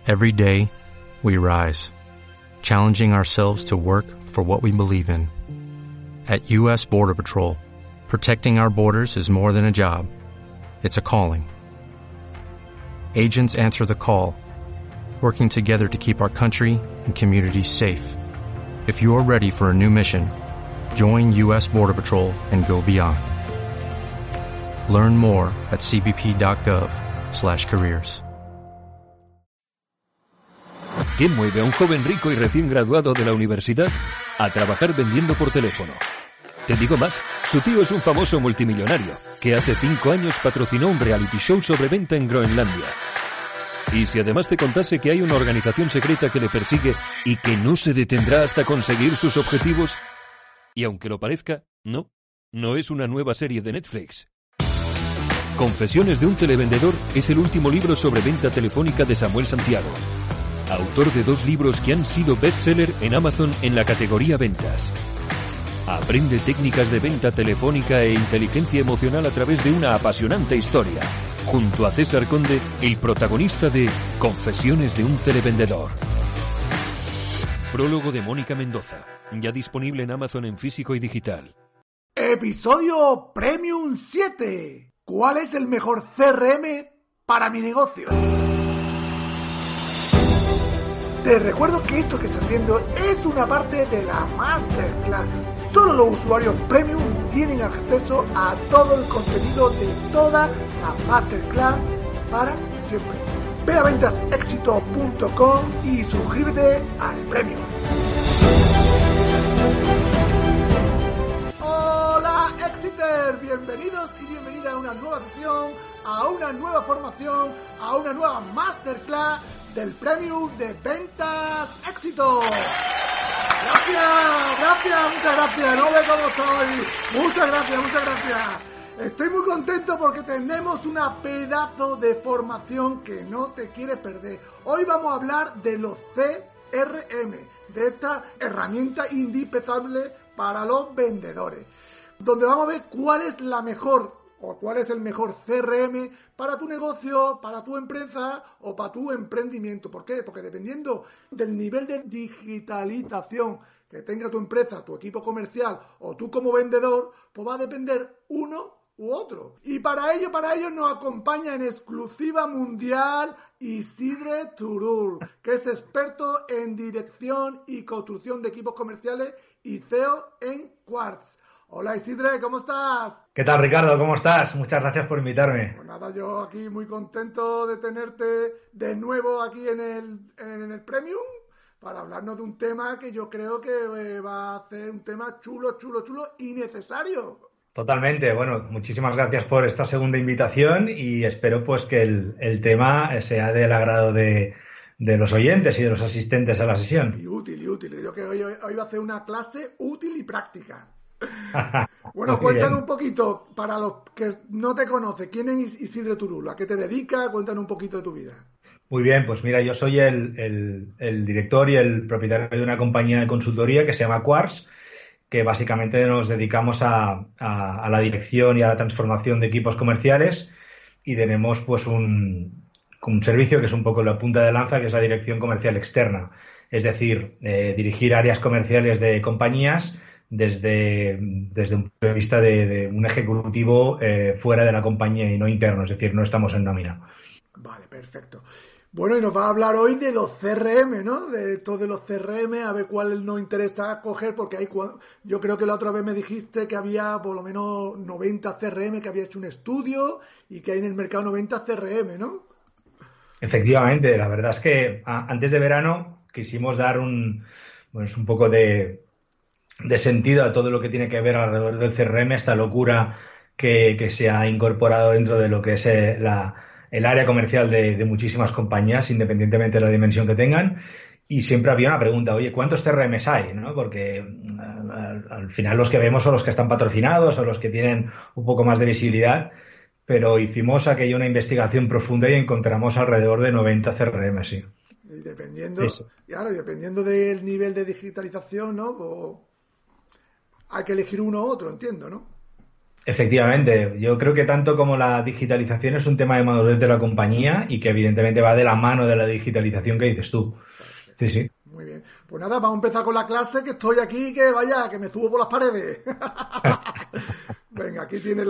Every day, we rise, challenging ourselves to work for what we believe in. At U.S. Border Patrol, protecting our borders is more than a job. It's a calling. Agents answer the call, working together to keep our country and communities safe. If you're ready for a new mission, join U.S. Border Patrol and go beyond. Learn more at cbp.gov/careers. ¿Qué mueve a un joven rico y recién graduado de la universidad a trabajar vendiendo por teléfono? Te digo más, su tío es un famoso multimillonario que hace 5 años patrocinó un reality show sobre venta en Groenlandia. Y si además te contase que hay una organización secreta que le persigue y que no se detendrá hasta conseguir sus objetivos, y aunque lo parezca, no es una nueva serie de Netflix. Confesiones de un televendedor es el último libro sobre venta telefónica de Samuel Santiago, autor de 2 libros que han sido bestseller en Amazon en la categoría ventas. Aprende técnicas de venta telefónica e inteligencia emocional a través de una apasionante historia, junto a César Conde, el protagonista de Confesiones de un televendedor. Prólogo de Mónica Mendoza, ya disponible en Amazon en físico y digital. Episodio Premium 7. ¿Cuál es el mejor CRM para mi negocio? Te recuerdo que esto que estás viendo es una parte de la Masterclass. Solo los usuarios Premium tienen acceso a todo el contenido de toda la Masterclass para siempre. Ve a ventasexito.com y suscríbete al Premium. Hola Exiter, bienvenidos y bienvenidas a una nueva sesión, a una nueva formación, a una nueva Masterclass del Premium de Ventas Éxito. Gracias, muchas gracias. No ve cómo estoy. Muchas gracias. Estoy muy contento porque tenemos una pedazo de formación que no te quieres perder. Hoy vamos a hablar de los CRM, de esta herramienta indispensable para los vendedores, donde vamos a ver cuál es la mejor o cuál es el mejor CRM para tu negocio, para tu empresa o para tu emprendimiento. ¿Por qué? Porque dependiendo del nivel de digitalización que tenga tu empresa, tu equipo comercial o tú como vendedor, pues va a depender uno u otro. Y para ello nos acompaña en exclusiva mundial Isidre Turul, que es experto en dirección y construcción de equipos comerciales y CEO en Quartz. Hola Isidre, ¿cómo estás? ¿Qué tal, Ricardo? ¿Cómo estás? Muchas gracias por invitarme. Pues nada, yo aquí muy contento de tenerte de nuevo aquí en el Premium para hablarnos de un tema que yo creo que va a ser un tema chulo y necesario. Totalmente. Bueno, muchísimas gracias por esta segunda invitación y espero pues que el tema sea del agrado de los oyentes y de los asistentes a la sesión. Y útil. Yo creo que hoy va a ser una clase útil y práctica. Bueno, cuéntanos un poquito, para los que no te conocen, ¿quién es Isidre Turul? ¿A qué te dedicas? Cuéntanos un poquito de tu vida. Muy bien, pues mira, yo soy el director y el propietario de una compañía de consultoría que se llama Quartz, que básicamente nos dedicamos a la dirección y a la transformación de equipos comerciales y tenemos pues un servicio que es un poco la punta de lanza, que es la dirección comercial externa, es decir, dirigir áreas comerciales de compañías desde un punto de vista de un ejecutivo fuera de la compañía y no interno, es decir, no estamos en nómina. Vale, perfecto. Bueno, y nos va a hablar hoy de los CRM, ¿no? De todos los CRM, a ver cuál nos interesa coger, porque yo creo que la otra vez me dijiste que había por lo menos 90 CRM, que había hecho un estudio y que hay en el mercado 90 CRM, ¿no? Efectivamente, la verdad es que antes de verano quisimos dar un poco de sentido a todo lo que tiene que ver alrededor del CRM, esta locura que se ha incorporado dentro de lo que es el área comercial de muchísimas compañías, independientemente de la dimensión que tengan. Y siempre había una pregunta, oye, ¿cuántos CRMs hay? ¿No? Porque al final los que vemos son los que están patrocinados o los que tienen un poco más de visibilidad, pero hicimos una investigación profunda y encontramos alrededor de 90 CRM, sí. Y dependiendo del nivel de digitalización, ¿no? Hay que elegir uno u otro, entiendo, ¿no? Efectivamente, yo creo que tanto como la digitalización es un tema de madurez de la compañía y que evidentemente va de la mano de la digitalización que dices tú. Sí, sí. Muy bien. Pues nada, vamos a empezar con la clase, que estoy aquí, que vaya, que me subo por las paredes. Venga, aquí tienes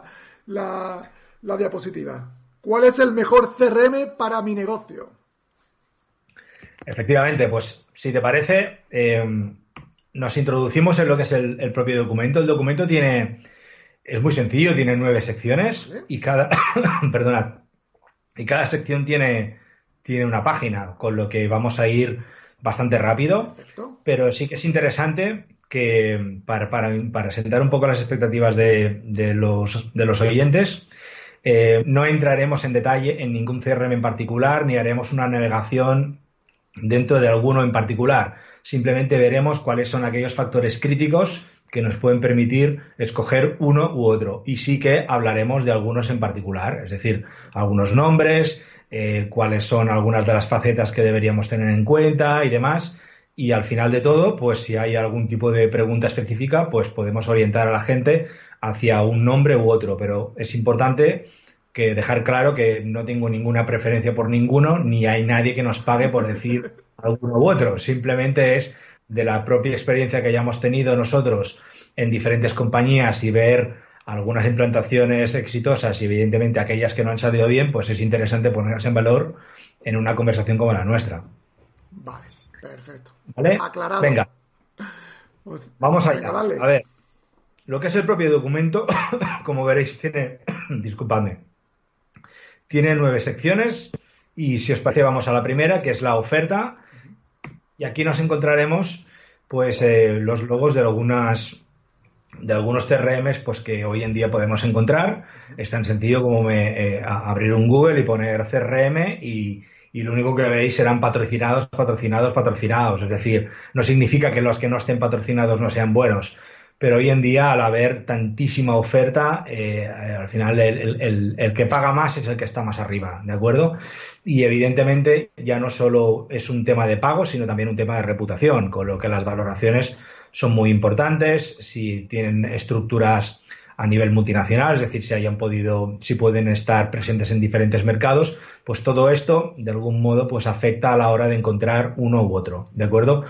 la diapositiva. ¿Cuál es el mejor CRM para mi negocio? Efectivamente, pues si te parece, nos introducimos en lo que es el propio documento. El documento es muy sencillo, tiene 9 secciones, ¿Vale? y perdonad, y cada sección tiene una página, con lo que vamos a ir bastante rápido, Perfecto. pero sí que es interesante que para sentar un poco las expectativas de los oyentes, no entraremos en detalle en ningún CRM en particular, ni haremos una navegación dentro de alguno en particular. Simplemente veremos cuáles son aquellos factores críticos que nos pueden permitir escoger uno u otro. Y sí que hablaremos de algunos en particular, es decir, algunos nombres, cuáles son algunas de las facetas que deberíamos tener en cuenta y demás. Y al final de todo, pues si hay algún tipo de pregunta específica, pues podemos orientar a la gente hacia un nombre u otro. Pero es importante que dejar claro que no tengo ninguna preferencia por ninguno, ni hay nadie que nos pague por decir alguno u otro. Simplemente es de la propia experiencia que hayamos tenido nosotros en diferentes compañías y ver algunas implantaciones exitosas y evidentemente aquellas que no han salido bien, pues es interesante ponerlas en valor en una conversación como la nuestra. Vale, perfecto. ¿Vale? Aclarado. Venga, Pues, vamos allá. venga, dale. A ver, lo que es el propio documento, como veréis, disculpadme, tiene 9 secciones y si os parece vamos a la primera, que es la oferta, y aquí nos encontraremos pues los logos de algunos CRMs pues que hoy en día podemos encontrar. Es tan sencillo como abrir un Google y poner CRM y lo único que veis serán patrocinados. Es decir, no significa que los que no estén patrocinados no sean buenos, pero hoy en día, al haber tantísima oferta, al final el que paga más es el que está más arriba, ¿de acuerdo? Y evidentemente ya no solo es un tema de pago, sino también un tema de reputación, con lo que las valoraciones son muy importantes, si tienen estructuras a nivel multinacional, es decir, si pueden estar presentes en diferentes mercados, pues todo esto, de algún modo, pues afecta a la hora de encontrar uno u otro, ¿de acuerdo?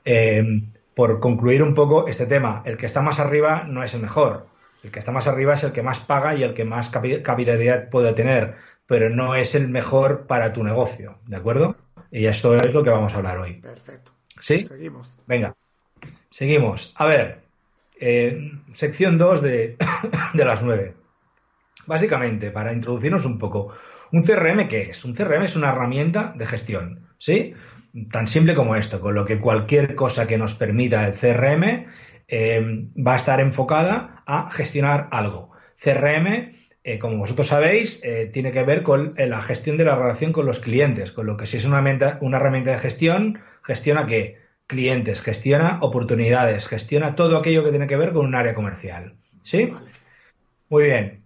Por concluir un poco este tema, el que está más arriba no es el mejor. El que está más arriba es el que más paga y el que más capilaridad puede tener, pero no es el mejor para tu negocio, ¿de acuerdo? Y esto es lo que vamos a hablar hoy. Perfecto. ¿Sí? Seguimos. Venga, seguimos. A ver, sección 2 de las 9. Básicamente, para introducirnos un poco, ¿un CRM qué es? Un CRM es una herramienta de gestión, ¿sí? Tan simple como esto, con lo que cualquier cosa que nos permita el CRM va a estar enfocada a gestionar algo. CRM, como vosotros sabéis, tiene que ver con la gestión de la relación con los clientes, con lo que si es una herramienta de gestión, ¿gestiona qué? Clientes, gestiona oportunidades, gestiona todo aquello que tiene que ver con un área comercial. ¿Sí? Vale. Muy bien.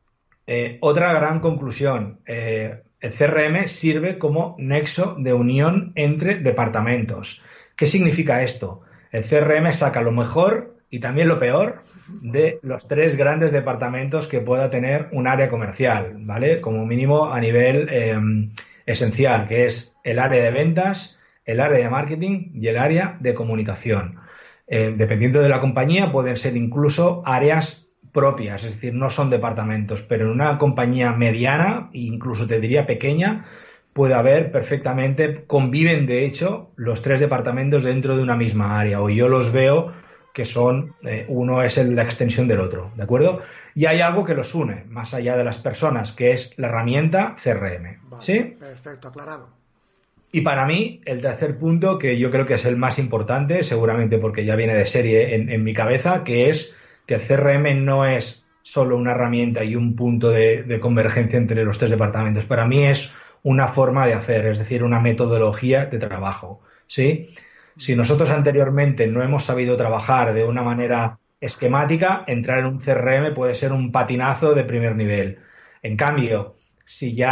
Otra gran conclusión. El CRM sirve como nexo de unión entre departamentos. ¿Qué significa esto? El CRM saca lo mejor y también lo peor de los 3 grandes departamentos que pueda tener un área comercial, ¿vale? Como mínimo a nivel esencial, que es el área de ventas, el área de marketing y el área de comunicación. Dependiendo de la compañía, pueden ser incluso áreas propias, es decir, no son departamentos, pero en una compañía mediana, incluso te diría pequeña, puede haber perfectamente, conviven de hecho los 3 departamentos dentro de una misma área, o yo los veo que son, uno es la extensión del otro, ¿de acuerdo? Y hay algo que los une, más allá de las personas, que es la herramienta CRM, Vale. ¿sí? Perfecto, aclarado. Y para mí, el tercer punto, que yo creo que es el más importante, seguramente porque ya viene de serie en mi cabeza, que es que el CRM no es solo una herramienta y un punto de convergencia entre los 3 departamentos. Para mí es una forma de hacer, es decir, una metodología de trabajo, ¿sí? Si nosotros anteriormente no hemos sabido trabajar de una manera esquemática, entrar en un CRM puede ser un patinazo de primer nivel. En cambio, si ya has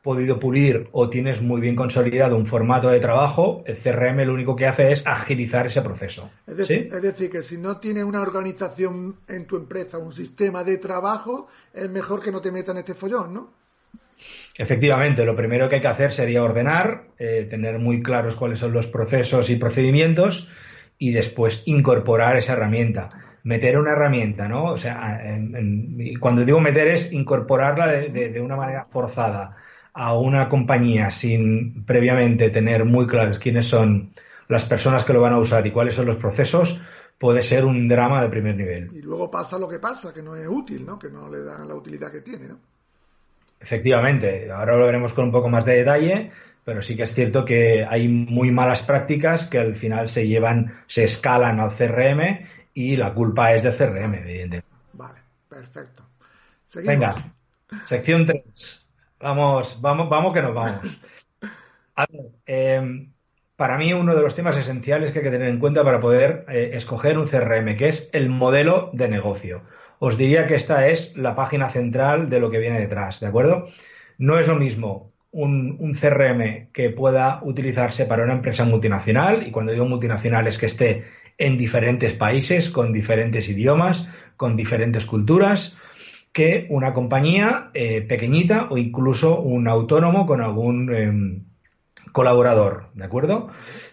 podido pulir o tienes muy bien consolidado un formato de trabajo, el CRM lo único que hace es agilizar ese proceso. Es decir, que si no tienes una organización en tu empresa, un sistema de trabajo, es mejor que no te metan en este follón, ¿no? Efectivamente, lo primero que hay que hacer sería ordenar, tener muy claros cuáles son los procesos y procedimientos y después incorporar esa herramienta. Meter una herramienta, ¿no? O sea, cuando digo meter es incorporarla de una manera forzada a una compañía sin previamente tener muy claros quiénes son las personas que lo van a usar y cuáles son los procesos, puede ser un drama de primer nivel. Y luego pasa lo que pasa, que no es útil, ¿no? Que no le dan la utilidad que tiene, ¿no? Efectivamente, ahora lo veremos con un poco más de detalle, pero sí que es cierto que hay muy malas prácticas que al final se escalan al CRM y la culpa es del CRM, evidentemente. Vale, perfecto. Seguimos. Venga, sección 3. Vamos que nos vamos. A ver, para mí uno de los temas esenciales que hay que tener en cuenta para poder escoger un CRM, que es el modelo de negocio. Os diría que esta es la página central de lo que viene detrás, ¿de acuerdo? No es lo mismo un CRM que pueda utilizarse para una empresa multinacional, y cuando digo multinacional es que esté en diferentes países, con diferentes idiomas, con diferentes culturas, que una compañía pequeñita o incluso un autónomo con algún colaborador, ¿de acuerdo?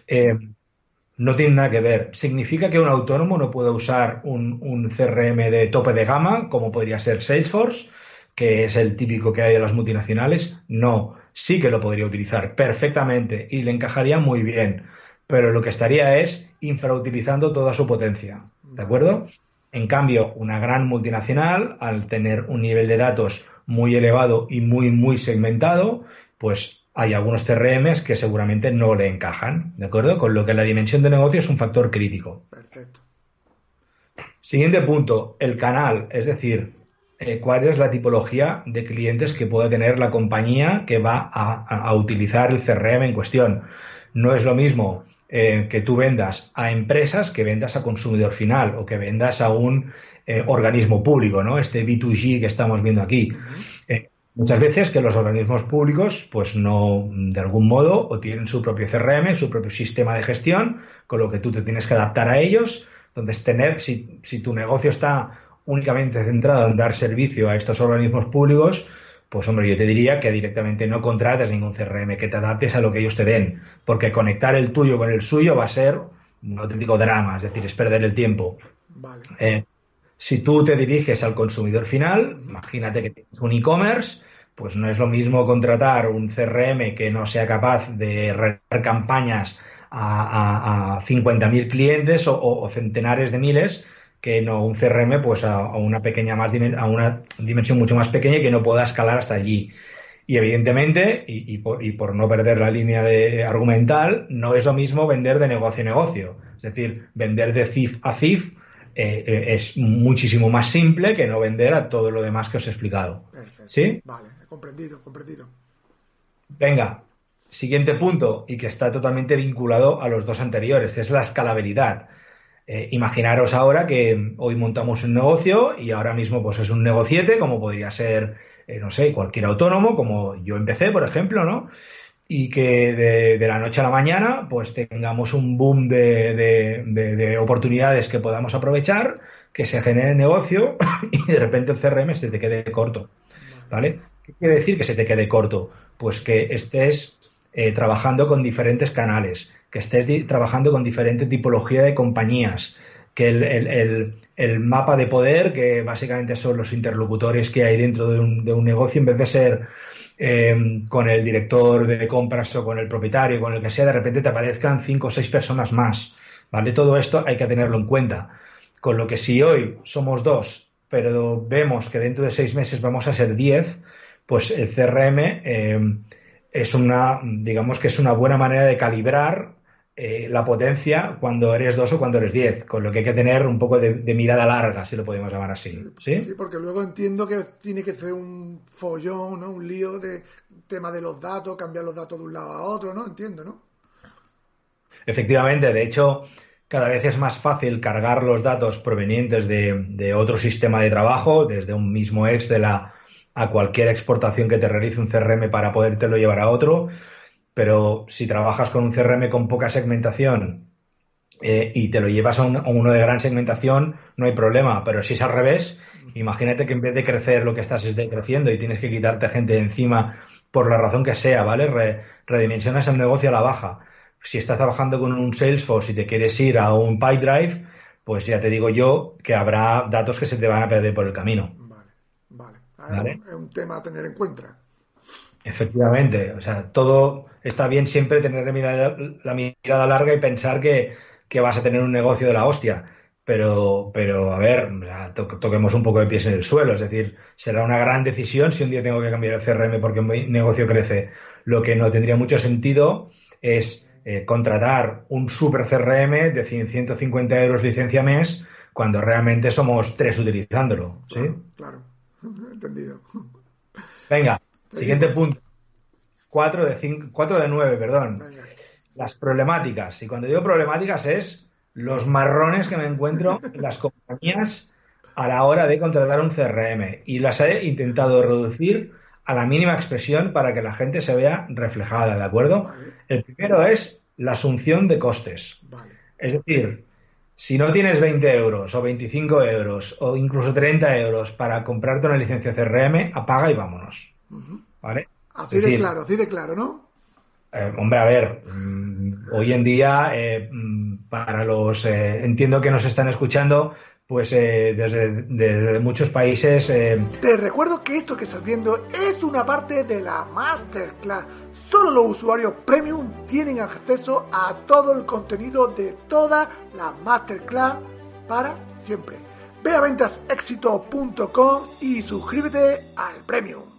No tiene nada que ver. ¿Significa que un autónomo no puede usar un CRM de tope de gama, como podría ser Salesforce, que es el típico que hay de las multinacionales? No, sí que lo podría utilizar perfectamente y le encajaría muy bien, pero lo que estaría es infrautilizando toda su potencia, ¿de acuerdo? En cambio, una gran multinacional, al tener un nivel de datos muy elevado y muy segmentado, pues hay algunos CRMs que seguramente no le encajan, ¿de acuerdo? Con lo que la dimensión de negocio es un factor crítico. Perfecto. Siguiente punto, el canal, es decir, cuál es la tipología de clientes que pueda tener la compañía que va a utilizar el CRM en cuestión. No es lo mismo que tú vendas a empresas que vendas a consumidor final o que vendas a un organismo público, ¿no? Este B2G que estamos viendo aquí. Muchas veces que los organismos públicos, pues no, de algún modo, o tienen su propio CRM, su propio sistema de gestión, con lo que tú te tienes que adaptar a ellos. Entonces, si tu negocio está únicamente centrado en dar servicio a estos organismos públicos, pues hombre, yo te diría que directamente no contrates ningún CRM, que te adaptes a lo que ellos te den, porque conectar el tuyo con el suyo va a ser un auténtico drama, es decir, es perder el tiempo. Vale. Si tú te diriges al consumidor final, imagínate que tienes un e-commerce, pues no es lo mismo contratar un CRM que no sea capaz de realizar campañas a 50.000 clientes o centenares de miles, que no un CRM pues a una dimensión mucho más pequeña y que no pueda escalar hasta allí. Y evidentemente, y por no perder la línea argumental, no es lo mismo vender de negocio a negocio. Es decir, vender de CIF a CIF es muchísimo más simple que no vender a todo lo demás que os he explicado. Perfecto. ¿Sí? Vale, comprendido. Venga, siguiente punto, y que está totalmente vinculado a los dos anteriores, que es la escalabilidad. Imaginaros ahora que hoy montamos un negocio y ahora mismo pues es un negociete, como podría ser, no sé, cualquier autónomo, como yo empecé, por ejemplo, ¿no? Y que de la noche a la mañana pues tengamos un boom de oportunidades que podamos aprovechar, que se genere negocio y de repente el CRM se te quede corto, ¿vale? ¿Qué quiere decir que se te quede corto? Pues que estés trabajando con diferentes canales, que estés trabajando con diferente tipología de compañías, que el mapa de poder, que básicamente son los interlocutores que hay dentro de un negocio, en vez de ser con el director de compras o con el propietario, con el que sea, de repente te aparezcan 5 o 6 personas más, ¿vale? Todo esto hay que tenerlo en cuenta. Con lo que si hoy somos 2, pero vemos que dentro de 6 meses vamos a ser 10, pues el CRM digamos que es una buena manera de calibrar la potencia cuando eres 2 o cuando eres 10, con lo que hay que tener un poco de mirada larga, si lo podemos llamar así. ¿Sí? Sí, porque luego entiendo que tiene que ser un follón, ¿no? Un lío de tema de los datos, cambiar los datos de un lado a otro, ¿no? Entiendo, ¿no? Efectivamente, de hecho, cada vez es más fácil cargar los datos provenientes de otro sistema de trabajo, desde un mismo ex de a cualquier exportación que te realice un CRM para podértelo llevar a otro. Pero si trabajas con un CRM con poca segmentación y te lo llevas a uno de gran segmentación, no hay problema. Pero si es al revés, imagínate que en vez de crecer lo que estás es decreciendo y tienes que quitarte gente de encima por la razón que sea, ¿vale? Redimensionas el negocio a la baja. Si estás trabajando con un Salesforce y te quieres ir a un Pipedrive, pues ya te digo yo que habrá datos que se te van a perder por el camino. ¿Vale? Es un tema a tener en cuenta. Efectivamente, o sea, todo está bien siempre tener la mirada larga y pensar que vas a tener un negocio de la hostia, pero a ver, toquemos un poco de pies en el suelo, es decir, será una gran decisión si un día tengo que cambiar el CRM porque mi negocio crece. Lo que no tendría mucho sentido es contratar un super CRM de 150 euros licencia mes cuando realmente somos 3 utilizándolo, ¿sí? Claro, entendido. Venga. Siguiente punto. 4 de 9, perdón. Las problemáticas. Y cuando digo problemáticas es los marrones que me encuentro en las compañías a la hora de contratar un CRM. Y las he intentado reducir a la mínima expresión para que la gente se vea reflejada, ¿de acuerdo? Vale. El primero es la asunción de costes. Vale. Es decir, si no tienes 20 euros o 25 euros o incluso 30 euros para comprarte una licencia CRM, apaga y vámonos. ¿Vale? Así de claro, ¿no? Hombre, a ver, hoy en día, para los, entiendo que nos están escuchando, pues desde muchos países... Te recuerdo que esto que estás viendo es una parte de la Masterclass. Solo los usuarios Premium tienen acceso a todo el contenido de toda la Masterclass para siempre. Ve a ventasexito.com y suscríbete al Premium.